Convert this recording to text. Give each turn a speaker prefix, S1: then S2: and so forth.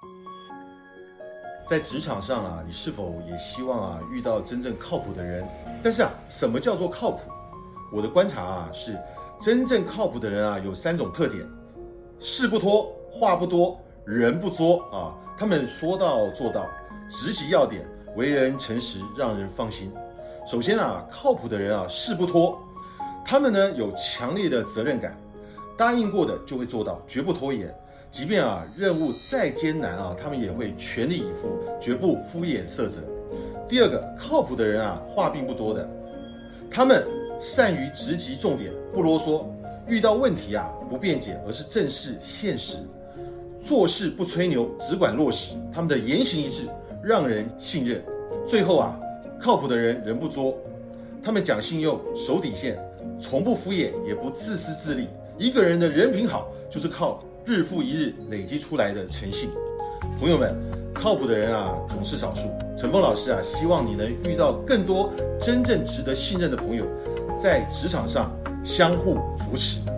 S1: 在职场上啊，你是否也希望啊遇到真正靠谱的人？但是啊，什么叫做靠谱？我的观察啊是，真正靠谱的人啊有3种特点：事不拖，话不多，人不作啊。他们说到做到，直击要点，为人诚实，让人放心。首先啊，靠谱的人啊事不拖，他们呢有强烈的责任感，答应过的就会做到，绝不拖延。即便啊任务再艰难啊，他们也会全力以赴，绝不敷衍塞责。第二个，靠谱的人啊话并不多的，他们善于直击重点，不啰嗦，遇到问题啊不辩解，而是正视现实，做事不吹牛，只管落实。他们的言行一致，让人信任。最后啊，靠谱的人人不作，他们讲信用，守底线，从不敷衍，也不自私自利。一个人的人品好，就是靠日复一日累积出来的诚信。朋友们，靠谱的人啊总是少数。陈峰老师啊，希望你能遇到更多真正值得信任的朋友，在职场上相互扶持。